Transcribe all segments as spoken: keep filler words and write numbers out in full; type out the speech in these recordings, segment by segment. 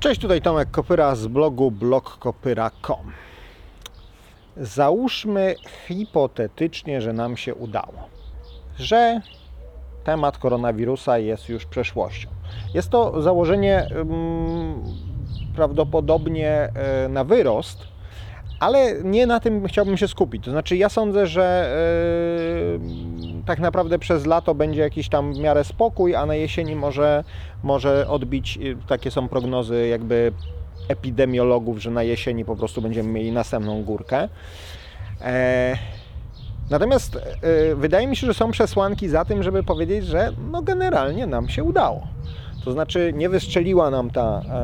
Cześć, tutaj Tomek Kopyra z blogu blog kopyra kropka com. Załóżmy hipotetycznie, że nam się udało, że temat koronawirusa jest już przeszłością. Jest to założenie um, prawdopodobnie y, na wyrost, ale nie na tym chciałbym się skupić. To znaczy ja sądzę, że yy, tak naprawdę przez lato będzie jakiś tam w miarę spokój, a na jesieni może, może odbić, yy, takie są prognozy jakby epidemiologów, że na jesieni po prostu będziemy mieli następną górkę. E, natomiast yy, wydaje mi się, że są przesłanki za tym, żeby powiedzieć, że no generalnie nam się udało. To znaczy nie wystrzeliła nam ta e,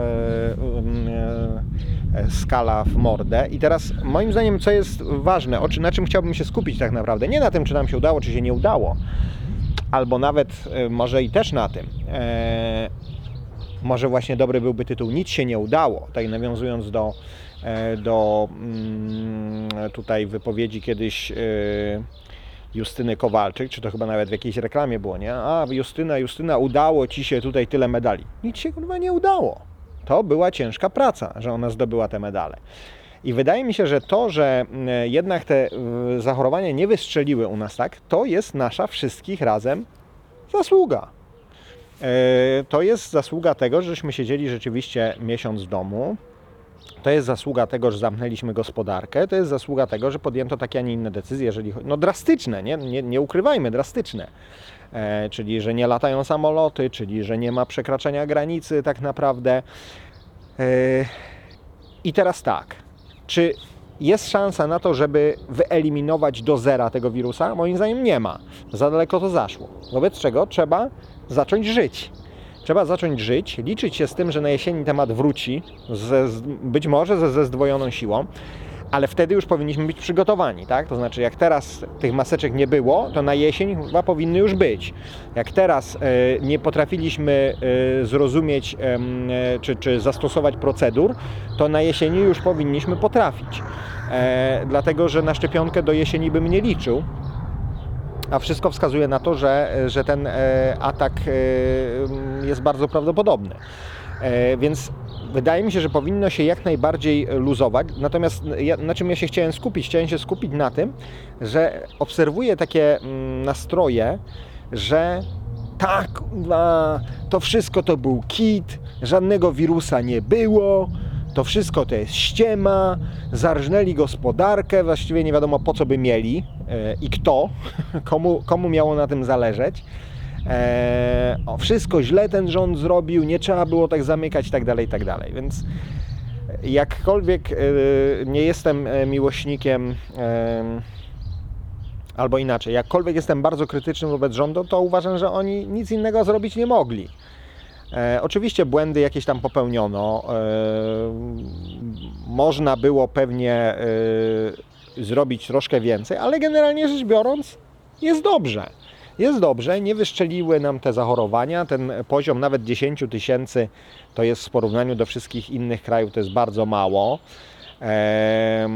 e, skala w mordę. I teraz moim zdaniem co jest ważne, o czy, na czym chciałbym się skupić tak naprawdę, nie na tym, czy nam się udało, czy się nie udało, albo nawet e, może i też na tym. E, może właśnie dobry byłby tytuł Nic się nie udało, tak nawiązując do, e, do mm, tutaj wypowiedzi kiedyś e, Justyny Kowalczyk, czy to chyba nawet w jakiejś reklamie było, nie? A Justyna, Justyna, udało Ci się tutaj tyle medali. Nic się chyba nie udało. To była ciężka praca, że ona zdobyła te medale. I wydaje mi się, że to, że jednak te zachorowania nie wystrzeliły u nas tak, to jest nasza wszystkich razem zasługa. To jest zasługa tego, żeśmy siedzieli rzeczywiście miesiąc w domu. To jest zasługa tego, że zamknęliśmy gospodarkę, to jest zasługa tego, że podjęto takie, a nie inne decyzje, jeżeli chodzi, no drastyczne, nie, nie, nie ukrywajmy, drastyczne, e, czyli że nie latają samoloty, czyli że nie ma przekraczania granicy tak naprawdę. E, I teraz tak, czy jest szansa na to, żeby wyeliminować do zera tego wirusa? Moim zdaniem nie ma, za daleko to zaszło, wobec czego trzeba zacząć żyć. Trzeba zacząć żyć, liczyć się z tym, że na jesieni temat wróci, ze, być może ze, ze zdwojoną siłą, ale wtedy już powinniśmy być przygotowani, tak? To znaczy, jak teraz tych maseczek nie było, to na jesień chyba powinny już być. Jak teraz y, nie potrafiliśmy y, zrozumieć y, czy, czy zastosować procedur, to na jesieni już powinniśmy potrafić. E, dlatego, że na szczepionkę do jesieni bym nie liczył. A wszystko wskazuje na to, że, że ten atak jest bardzo prawdopodobny. Więc wydaje mi się, że powinno się jak najbardziej luzować. Natomiast ja, na czym ja się chciałem skupić? Chciałem się skupić na tym, że obserwuję takie nastroje, że tak, to wszystko to był kit, żadnego wirusa nie było, to wszystko to jest ściema, zarżnęli gospodarkę, właściwie nie wiadomo po co by mieli yy, i kto, komu, komu miało na tym zależeć. E, o, wszystko źle ten rząd zrobił, nie trzeba było tak zamykać i tak dalej, i tak dalej. Więc jakkolwiek yy, nie jestem miłośnikiem, yy, albo inaczej, jakkolwiek jestem bardzo krytyczny wobec rządu, to uważam, że oni nic innego zrobić nie mogli. E, oczywiście błędy jakieś tam popełniono, e, można było pewnie e, zrobić troszkę więcej, ale generalnie rzecz biorąc jest dobrze. Jest dobrze, nie wystrzeliły nam te zachorowania, ten poziom nawet dziesięć tysięcy to jest w porównaniu do wszystkich innych krajów, to jest bardzo mało. E,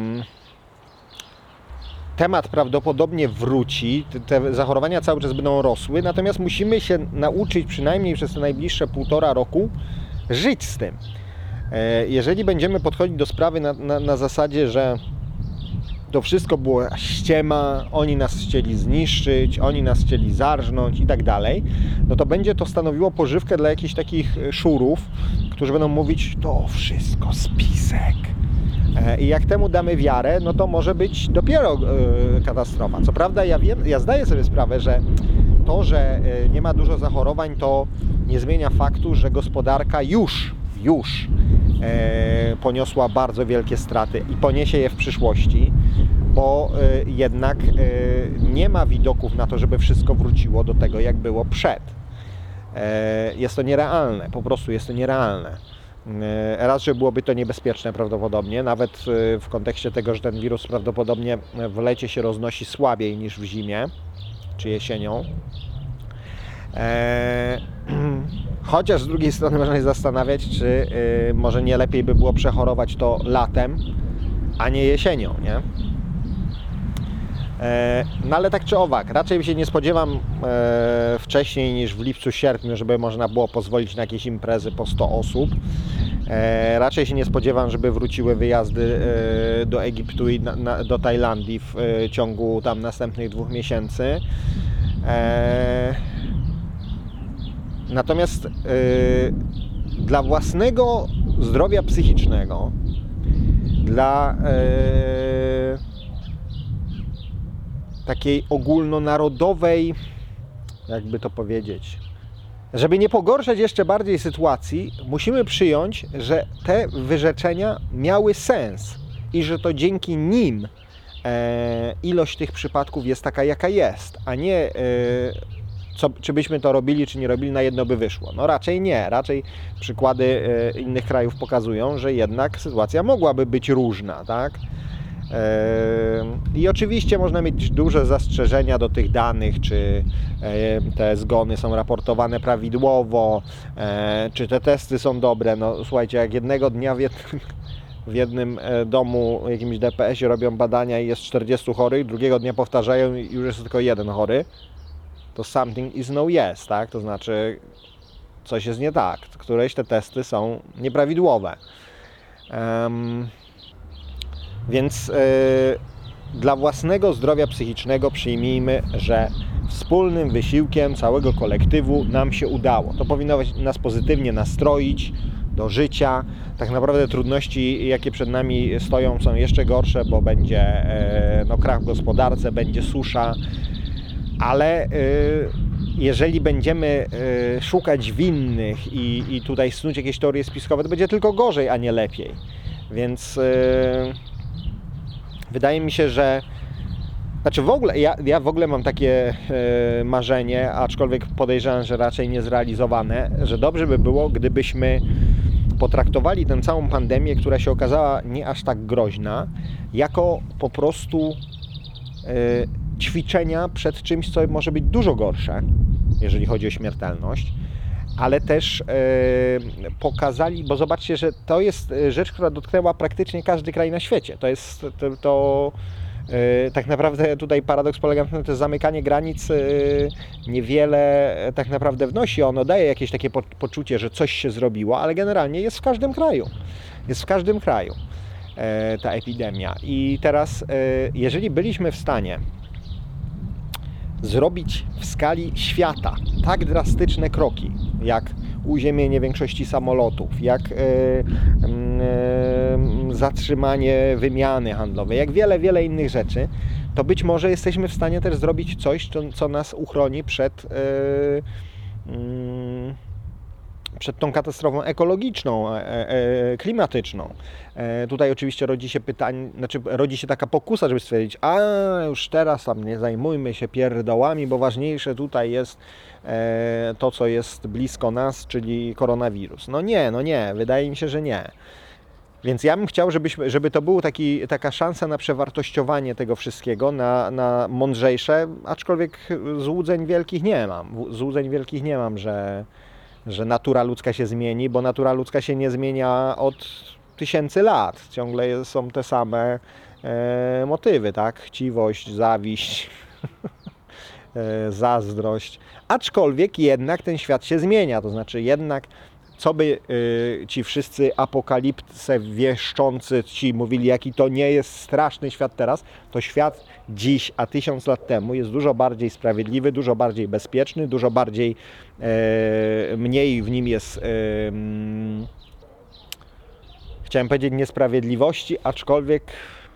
Temat prawdopodobnie wróci, te zachorowania cały czas będą rosły, natomiast musimy się nauczyć przynajmniej przez te najbliższe półtora roku żyć z tym. Jeżeli będziemy podchodzić do sprawy na, na, na zasadzie, że to wszystko było ściema, oni nas chcieli zniszczyć, oni nas chcieli zarżnąć i tak dalej, no to będzie to stanowiło pożywkę dla jakichś takich szurów, którzy będą mówić, to wszystko spisek. I jak temu damy wiarę, no to może być dopiero yy, katastrofa. Co prawda ja wiem, ja zdaję sobie sprawę, że to, że yy, nie ma dużo zachorowań, to nie zmienia faktu, że gospodarka już, już yy, poniosła bardzo wielkie straty i poniesie je w przyszłości, bo yy, jednak yy, nie ma widoków na to, żeby wszystko wróciło do tego, jak było przed. Yy, jest to nierealne, po prostu jest to nierealne. Raz, że byłoby to niebezpieczne prawdopodobnie, nawet w kontekście tego, że ten wirus prawdopodobnie w lecie się roznosi słabiej niż w zimie czy jesienią. Eee, chociaż z drugiej strony można się zastanawiać, czy y, może nie lepiej by było przechorować to latem, a nie jesienią, nie? No ale tak czy owak, raczej się nie spodziewam e, wcześniej niż w lipcu, sierpniu, żeby można było pozwolić na jakieś imprezy po sto osób. E, raczej się nie spodziewam, żeby wróciły wyjazdy e, do Egiptu i na, na, do Tajlandii w e, ciągu tam następnych dwóch miesięcy. E, natomiast e, dla własnego zdrowia psychicznego, dla e, takiej ogólnonarodowej, jakby to powiedzieć, żeby nie pogorszać jeszcze bardziej sytuacji, musimy przyjąć, że te wyrzeczenia miały sens i że to dzięki nim e, ilość tych przypadków jest taka, jaka jest, a nie e, co, czy byśmy to robili, czy nie robili, na jedno by wyszło. No raczej nie, raczej przykłady e, innych krajów pokazują, że jednak sytuacja mogłaby być różna, tak? I oczywiście można mieć duże zastrzeżenia do tych danych, czy te zgony są raportowane prawidłowo, czy te testy są dobre. No słuchajcie, jak jednego dnia w jednym, w jednym domu, jakimś D P S-ie robią badania i jest czterdziestu chorych, drugiego dnia powtarzają i już jest tylko jeden chory, to something is no yes, tak? To znaczy coś jest nie tak. Któreś te testy są nieprawidłowe. Um, Więc yy, dla własnego zdrowia psychicznego przyjmijmy, że wspólnym wysiłkiem całego kolektywu nam się udało. To powinno nas pozytywnie nastroić do życia. Tak naprawdę trudności, jakie przed nami stoją, są jeszcze gorsze, bo będzie yy, no, krach w gospodarce, będzie susza, ale yy, jeżeli będziemy yy, szukać winnych i, i tutaj snuć jakieś teorie spiskowe, to będzie tylko gorzej, a nie lepiej. Więc yy, wydaje mi się, że znaczy w ogóle, ja, ja w ogóle mam takie e, marzenie, aczkolwiek podejrzewam, że raczej niezrealizowane, że dobrze by było, gdybyśmy potraktowali tę całą pandemię, która się okazała nie aż tak groźna, jako po prostu e, ćwiczenia przed czymś, co może być dużo gorsze, jeżeli chodzi o śmiertelność, ale też e, pokazali, bo zobaczcie, że to jest rzecz, która dotknęła praktycznie każdy kraj na świecie. To jest to, to e, tak naprawdę tutaj paradoks polega na tym, że to zamykanie granic e, niewiele tak naprawdę wnosi. Ono daje jakieś takie po, poczucie, że coś się zrobiło, ale generalnie jest w każdym kraju. Jest w każdym kraju e, ta epidemia. I teraz, e, jeżeli byliśmy w stanie zrobić w skali świata tak drastyczne kroki, jak uziemienie większości samolotów, jak e, e, zatrzymanie wymiany handlowej, jak wiele, wiele innych rzeczy, to być może jesteśmy w stanie też zrobić coś, co, co nas uchroni przed, e, mm, przed tą katastrofą ekologiczną, e, e, klimatyczną. E, tutaj oczywiście rodzi się pytanie, znaczy rodzi się taka pokusa, żeby stwierdzić, a już teraz tam nie zajmujmy się pierdołami, bo ważniejsze tutaj jest e, to, co jest blisko nas, czyli koronawirus. No nie, no nie, wydaje mi się, że nie. Więc ja bym chciał, żebyśmy, żeby to była taka szansa na przewartościowanie tego wszystkiego, na, na mądrzejsze, aczkolwiek złudzeń wielkich nie mam. Złudzeń wielkich nie mam, że że natura ludzka się zmieni, bo natura ludzka się nie zmienia od tysięcy lat. Ciągle są te same e, motywy, tak? Chciwość, zawiść, e, zazdrość. Aczkolwiek jednak ten świat się zmienia, to znaczy jednak co by y, ci wszyscy apokalipsę wieszczący ci mówili, jaki to nie jest straszny świat teraz, to świat dziś, a tysiąc lat temu jest dużo bardziej sprawiedliwy, dużo bardziej bezpieczny, dużo bardziej e, mniej w nim jest e, mm, chciałem powiedzieć niesprawiedliwości, aczkolwiek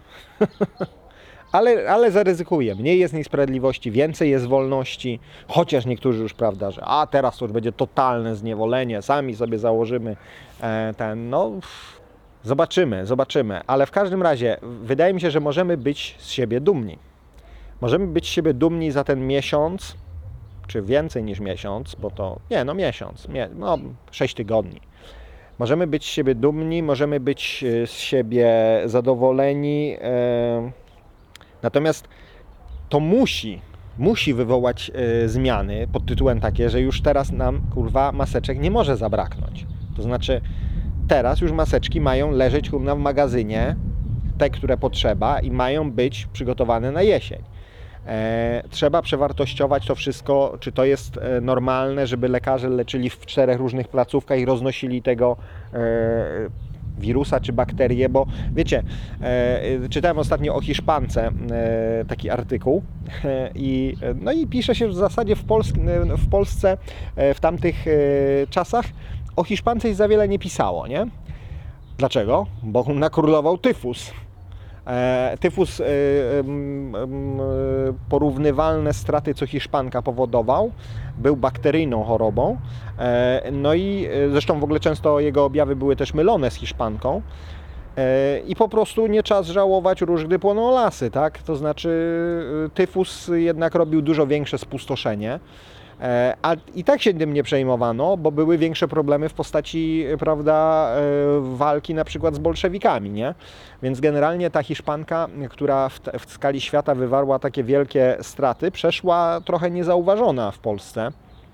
ale, ale zaryzykuję, mniej jest niesprawiedliwości, więcej jest wolności, chociaż niektórzy już, prawda, że a teraz to już będzie totalne zniewolenie, sami sobie założymy e, ten, no zobaczymy, zobaczymy, ale w każdym razie wydaje mi się, że możemy być z siebie dumni. Możemy być z siebie dumni za ten miesiąc, czy więcej niż miesiąc, bo to, nie, no miesiąc, mie, no sześć tygodni. Możemy być z siebie dumni, możemy być z siebie zadowoleni, e, natomiast to musi, musi wywołać e, zmiany pod tytułem takie, że już teraz nam, kurwa, maseczek nie może zabraknąć. To znaczy, teraz już maseczki mają leżeć, kurwa, w magazynie, te, które potrzeba i mają być przygotowane na jesień. E, trzeba przewartościować to wszystko, czy to jest e, normalne, żeby lekarze leczyli w czterech różnych placówkach i roznosili tego e, wirusa czy bakterie, bo wiecie, e, czytałem ostatnio o Hiszpance e, taki artykuł e, i, no i pisze się w zasadzie w, Pols w Polsce e, w tamtych e, czasach o Hiszpance się za wiele nie pisało, nie? Dlaczego? Bo nakrólował tyfus. E, tyfus e, e, e, porównywalne straty, co Hiszpanka powodował, był bakteryjną chorobą. E, no i zresztą w ogóle często jego objawy były też mylone z Hiszpanką. E, I po prostu nie czas żałować róż, gdy płoną lasy, tak? To znaczy tyfus jednak robił dużo większe spustoszenie. A i tak się tym nie przejmowano, bo były większe problemy w postaci, prawda, walki na przykład z bolszewikami, nie? Więc generalnie ta Hiszpanka, która w, w skali świata wywarła takie wielkie straty, przeszła trochę niezauważona w Polsce.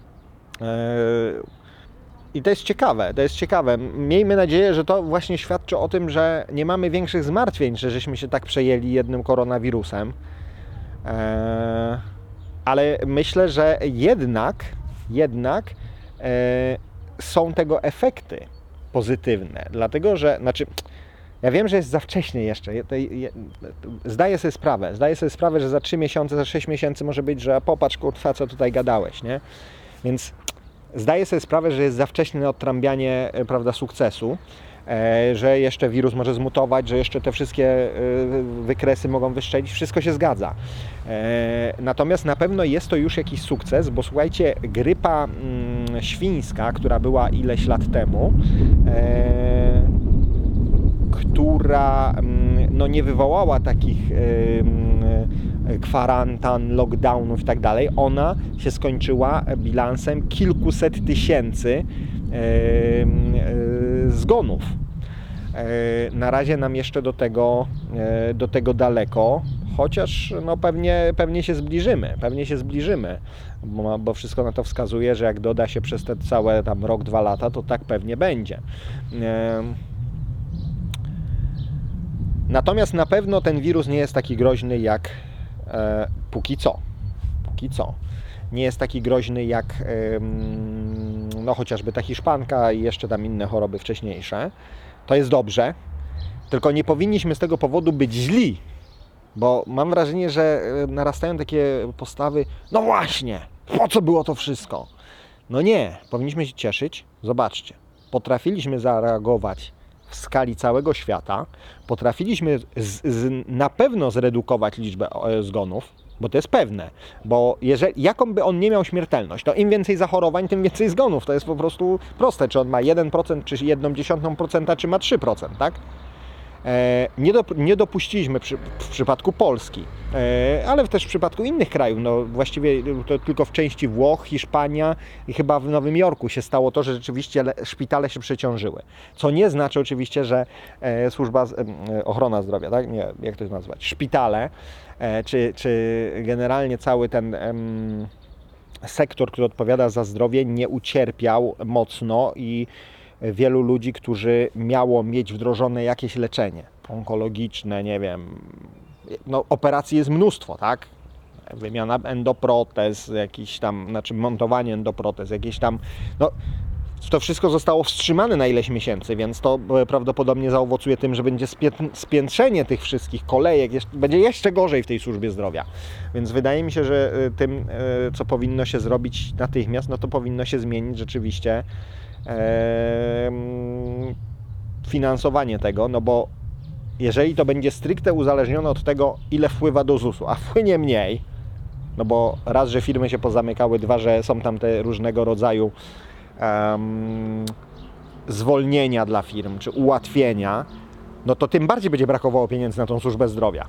I to jest ciekawe, to jest ciekawe. Miejmy nadzieję, że to właśnie świadczy o tym, że nie mamy większych zmartwień, że żeśmy się tak przejęli jednym koronawirusem. Ale myślę, że jednak, jednak e, są tego efekty pozytywne, dlatego że, znaczy, ja wiem, że jest za wcześnie jeszcze, je, je, zdaję sobie sprawę, zdaję sobie sprawę, że za trzy miesiące, za sześć miesięcy może być, że popatrz, kurwa, co tutaj gadałeś, nie? Więc zdaję sobie sprawę, że jest za wcześnie na odtrąbianie, prawda, sukcesu, e, że jeszcze wirus może zmutować, że jeszcze te wszystkie e, wykresy mogą wystrzelić, wszystko się zgadza. E, natomiast na pewno jest to już jakiś sukces, bo słuchajcie, grypa mm, świńska, która była ileś lat temu, e, która mm, no, nie wywołała takich e, kwarantan, lockdownów i tak dalej, ona się skończyła bilansem kilkuset tysięcy e, e, zgonów. E, na razie nam jeszcze do tego, e, do tego daleko, chociaż no, pewnie, pewnie się zbliżymy, pewnie się zbliżymy, bo, bo wszystko na to wskazuje, że jak doda się przez te całe tam rok, dwa lata, to tak pewnie będzie. E, natomiast na pewno ten wirus nie jest taki groźny jak E, póki co, póki co. Nie jest taki groźny jak e, no chociażby ta Hiszpanka i jeszcze tam inne choroby wcześniejsze. To jest dobrze, tylko nie powinniśmy z tego powodu być źli, bo mam wrażenie, że narastają takie postawy, no właśnie, po co było to wszystko? No nie, powinniśmy się cieszyć. Zobaczcie, potrafiliśmy zareagować w skali całego świata, potrafiliśmy z, z, na pewno zredukować liczbę zgonów, bo to jest pewne, bo jeżeli, jaką by on nie miał śmiertelność, to im więcej zachorowań, tym więcej zgonów, to jest po prostu proste, czy on ma jeden procent, czy jeden dziesiąty procent, czy ma trzy procent, tak? E, nie, do, nie dopuściliśmy przy, w przypadku Polski, e, ale też w przypadku innych krajów, no właściwie to tylko w części Włoch, Hiszpania i chyba w Nowym Jorku się stało to, że rzeczywiście szpitale się przeciążyły. Co nie znaczy oczywiście, że e, służba, e, ochrona zdrowia, tak? Nie, jak to nazwać, szpitale, e, czy, czy generalnie cały ten em, sektor, który odpowiada za zdrowie, nie ucierpiał mocno i wielu ludzi, którzy miało mieć wdrożone jakieś leczenie onkologiczne, nie wiem, no operacji jest mnóstwo, tak? Wymiana endoprotez, jakiś tam, znaczy montowanie endoprotez, jakieś tam, no to wszystko zostało wstrzymane na ileś miesięcy, więc to prawdopodobnie zaowocuje tym, że będzie spiętrzenie tych wszystkich kolejek, będzie jeszcze gorzej w tej służbie zdrowia. Więc wydaje mi się, że tym, co powinno się zrobić natychmiast, no to powinno się zmienić rzeczywiście finansowanie tego, no bo jeżeli to będzie stricte uzależnione od tego, ile wpływa do zusu, a wpłynie mniej, no bo raz, że firmy się pozamykały, dwa, że są tam te różnego rodzaju um, zwolnienia dla firm, czy ułatwienia, no to tym bardziej będzie brakowało pieniędzy na tą służbę zdrowia.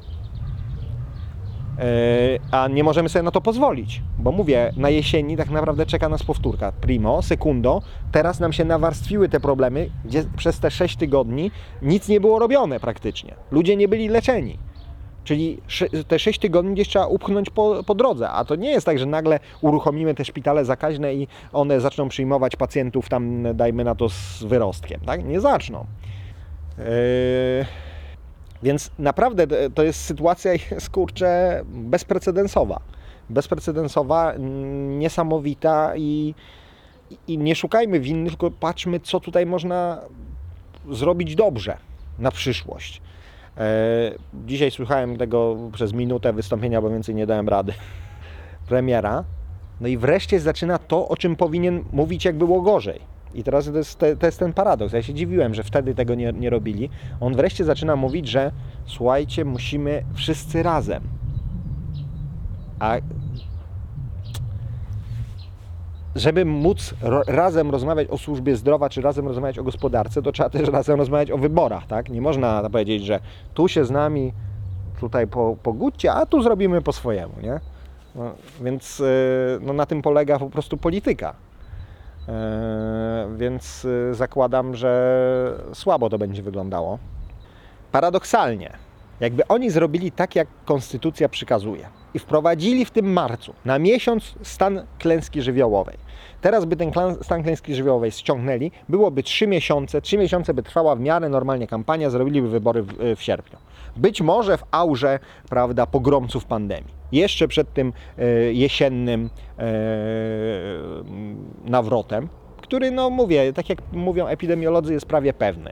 A nie możemy sobie na to pozwolić, bo mówię, na jesieni tak naprawdę czeka nas powtórka. Primo, secundo, teraz nam się nawarstwiły te problemy, gdzie przez te sześć tygodni nic nie było robione praktycznie. Ludzie nie byli leczeni. Czyli te sześć tygodni gdzieś trzeba upchnąć po, po drodze, a to nie jest tak, że nagle uruchomimy te szpitale zakaźne i one zaczną przyjmować pacjentów tam, dajmy na to, z wyrostkiem, tak? Nie zaczną. Yy... Więc naprawdę to jest sytuacja, kurczę, bezprecedensowa. Bezprecedensowa, niesamowita i, i nie szukajmy winnych, tylko patrzmy, co tutaj można zrobić dobrze na przyszłość. Dzisiaj słuchałem tego przez minutę wystąpienia, bo więcej nie dałem rady, premiera. No i wreszcie zaczyna to, o czym powinien mówić, jak było gorzej. I teraz to jest, to jest ten paradoks. Ja się dziwiłem, że wtedy tego nie, nie robili. On wreszcie zaczyna mówić, że słuchajcie, musimy wszyscy razem. A żeby móc ro, razem rozmawiać o służbie zdrowia, czy razem rozmawiać o gospodarce, to trzeba też razem rozmawiać o wyborach, tak? Nie można powiedzieć, że tu się z nami tutaj po, pogódźcie, a tu zrobimy po swojemu, nie? No, więc no, na tym polega po prostu polityka. Więc zakładam, że słabo to będzie wyglądało. Paradoksalnie, jakby oni zrobili tak, jak konstytucja przykazuje i wprowadzili w tym marcu na miesiąc stan klęski żywiołowej. Teraz by ten stan klęski żywiołowej ściągnęli, byłoby trzy miesiące, trzy miesiące by trwała w miarę normalnie kampania, zrobiliby wybory w, w sierpniu. Być może w aurze, prawda, pogromców pandemii. Jeszcze przed tym e, jesiennym e, nawrotem, który, no mówię, tak jak mówią epidemiolodzy, jest prawie pewny.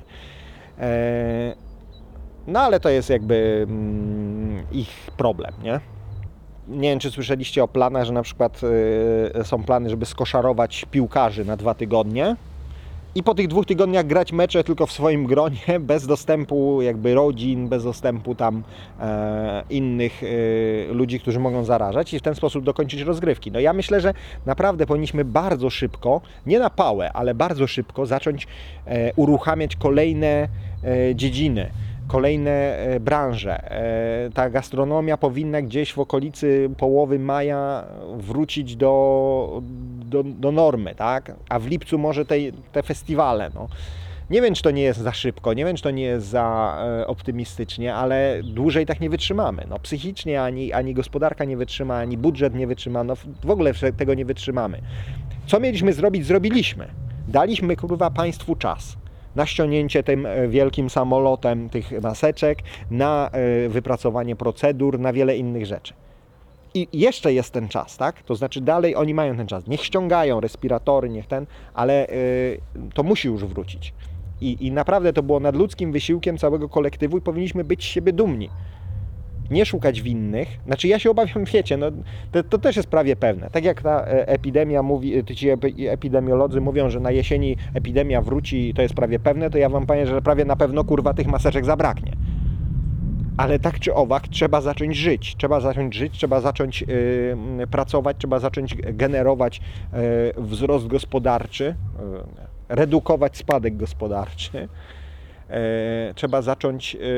E, no ale to jest jakby mm, ich problem, nie? Nie wiem, czy słyszeliście o planach, że na przykład y, są plany, żeby skoszarować piłkarzy na dwa tygodnie i po tych dwóch tygodniach grać mecze tylko w swoim gronie, bez dostępu jakby rodzin, bez dostępu tam e, innych e, ludzi, którzy mogą zarażać i w ten sposób dokończyć rozgrywki. No ja myślę, że naprawdę powinniśmy bardzo szybko, nie na pałę, ale bardzo szybko zacząć e, uruchamiać kolejne e, dziedziny. Kolejne branże. Ta gastronomia powinna gdzieś w okolicy połowy maja wrócić do, do, do normy, tak? A w lipcu może te, te festiwale. No. Nie wiem, czy to nie jest za szybko, nie wiem, czy to nie jest za optymistycznie, ale dłużej tak nie wytrzymamy. No, psychicznie ani, ani gospodarka nie wytrzyma, ani budżet nie wytrzyma, no w ogóle tego nie wytrzymamy. Co mieliśmy zrobić, zrobiliśmy. Daliśmy, kurwa, państwu czas na ściągnięcie tym wielkim samolotem tych maseczek, na wypracowanie procedur, na wiele innych rzeczy. I jeszcze jest ten czas, tak? To znaczy dalej oni mają ten czas. Niech ściągają respiratory, niech ten, ale to musi już wrócić. I, i naprawdę to było nadludzkim wysiłkiem całego kolektywu i powinniśmy być z siebie dumni. Nie szukać winnych. Znaczy ja się obawiam, wiecie, no, to, to też jest prawie pewne. Tak jak ta epidemia mówi, ci epidemiolodzy mówią, że na jesieni epidemia wróci i to jest prawie pewne, to ja wam powiem, że prawie na pewno, kurwa, tych maseczek zabraknie. Ale tak czy owak trzeba zacząć żyć. Trzeba zacząć żyć, trzeba zacząć yy, pracować, trzeba zacząć generować yy, wzrost gospodarczy, yy, redukować spadek gospodarczy. Yy, trzeba wiadomość yy,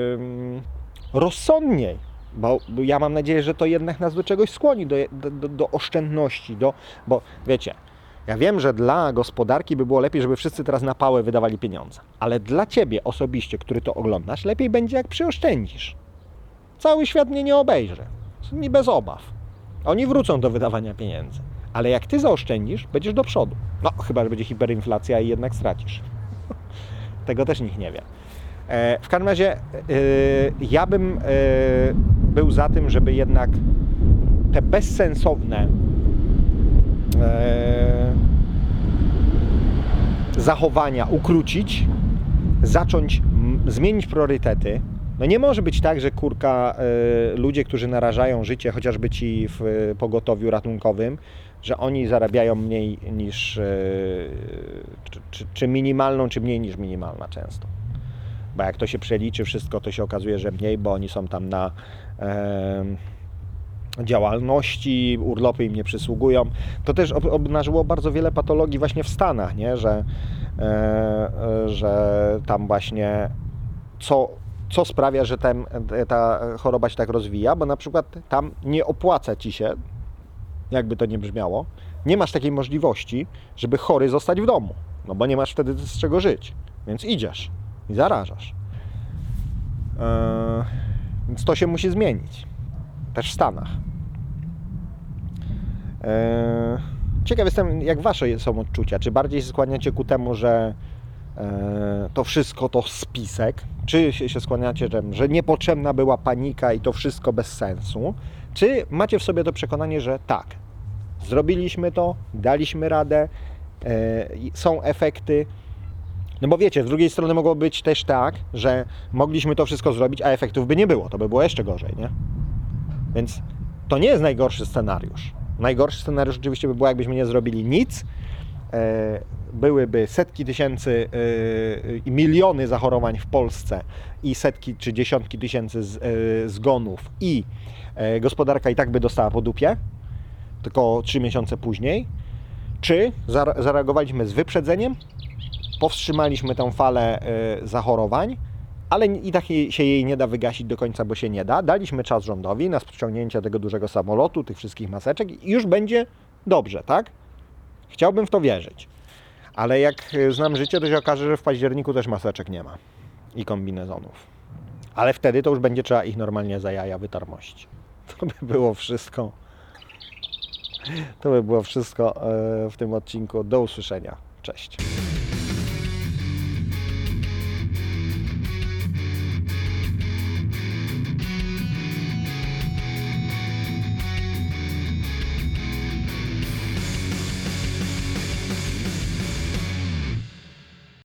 rozsądniej, bo ja mam nadzieję, że to jednak nas do czegoś skłoni, do, do, do oszczędności, do, bo wiecie, ja wiem, że dla gospodarki by było lepiej, żeby wszyscy teraz na pałę wydawali pieniądze, ale dla Ciebie osobiście, który to oglądasz, lepiej będzie, jak przyoszczędzisz. Cały świat mnie nie obejrzy, mi bez obaw. Oni wrócą do wydawania pieniędzy, ale jak Ty zaoszczędzisz, będziesz do przodu. No, chyba że będzie hiperinflacja i jednak stracisz. Tego też nikt nie wie. W każdym razie ja bym był za tym, żeby jednak te bezsensowne zachowania ukrócić, zacząć zmienić priorytety. No nie może być tak, że kurka ludzie, którzy narażają życie, chociażby ci w pogotowiu ratunkowym, że oni zarabiają mniej niż, czy, czy, czy minimalną, czy mniej niż minimalna często. Bo jak to się przeliczy wszystko, to się okazuje, że mniej, bo oni są tam na e, działalności, urlopy im nie przysługują. To też ob, obnażyło bardzo wiele patologii właśnie w Stanach, nie? Że, e, że tam właśnie co, co sprawia, że ten, ta choroba się tak rozwija, bo na przykład tam nie opłaca Ci się, jakby to nie brzmiało, nie masz takiej możliwości, żeby chory zostać w domu, no bo nie masz wtedy z czego żyć, więc idziesz i zarażasz. Yy, więc to się musi zmienić. Też w Stanach. Yy, ciekaw jestem, jak Wasze są odczucia. Czy bardziej skłaniacie ku temu, że yy, to wszystko to spisek, czy się, się skłaniacie, że, że niepotrzebna była panika i to wszystko bez sensu, czy macie w sobie to przekonanie, że tak, zrobiliśmy to, daliśmy radę, yy, są efekty. No bo wiecie, z drugiej strony mogło być też tak, że mogliśmy to wszystko zrobić, a efektów by nie było, to by było jeszcze gorzej, nie? Więc to nie jest najgorszy scenariusz. Najgorszy scenariusz oczywiście by było, jakbyśmy nie zrobili nic, e, byłyby setki tysięcy e, i miliony zachorowań w Polsce i setki czy dziesiątki tysięcy z, e, zgonów i e, gospodarka i tak by dostała po dupie, tylko trzy miesiące później, czy zareagowaliśmy z wyprzedzeniem, powstrzymaliśmy tę falę y, zachorowań, ale i tak jej, się jej nie da wygasić do końca, bo się nie da. Daliśmy czas rządowi na ściągnięcie tego dużego samolotu, tych wszystkich maseczek i już będzie dobrze, tak? Chciałbym w to wierzyć. Ale jak znam życie, to się okaże, że w październiku też maseczek nie ma i kombinezonów. Ale wtedy to już będzie trzeba ich normalnie za jaja wytarmościć. To by było wszystko. To by było wszystko w tym odcinku. Do usłyszenia. Cześć.